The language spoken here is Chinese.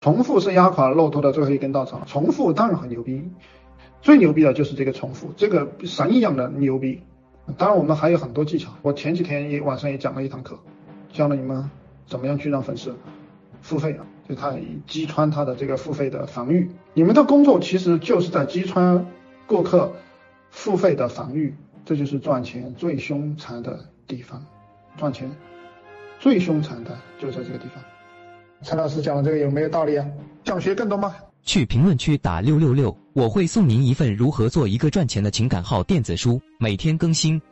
重复是压垮骆驼的最后一根稻草，重复当然很牛逼，最牛逼的就是这个重复，这个神一样的牛逼。当然我们还有很多技巧，我前几天晚上也讲了一堂课，教了你们怎么样去让粉丝付费啊，就他击穿他的这个付费的防御。你们的工作其实就是在击穿顾客付费的防御，这就是赚钱最凶残的地方。赚钱最凶残的就在这个地方。陈老师讲的这个有没有道理啊？想学更多吗？ 去评论区打666，我会送您一份如何做一个赚钱的情感号电子书，每天更新。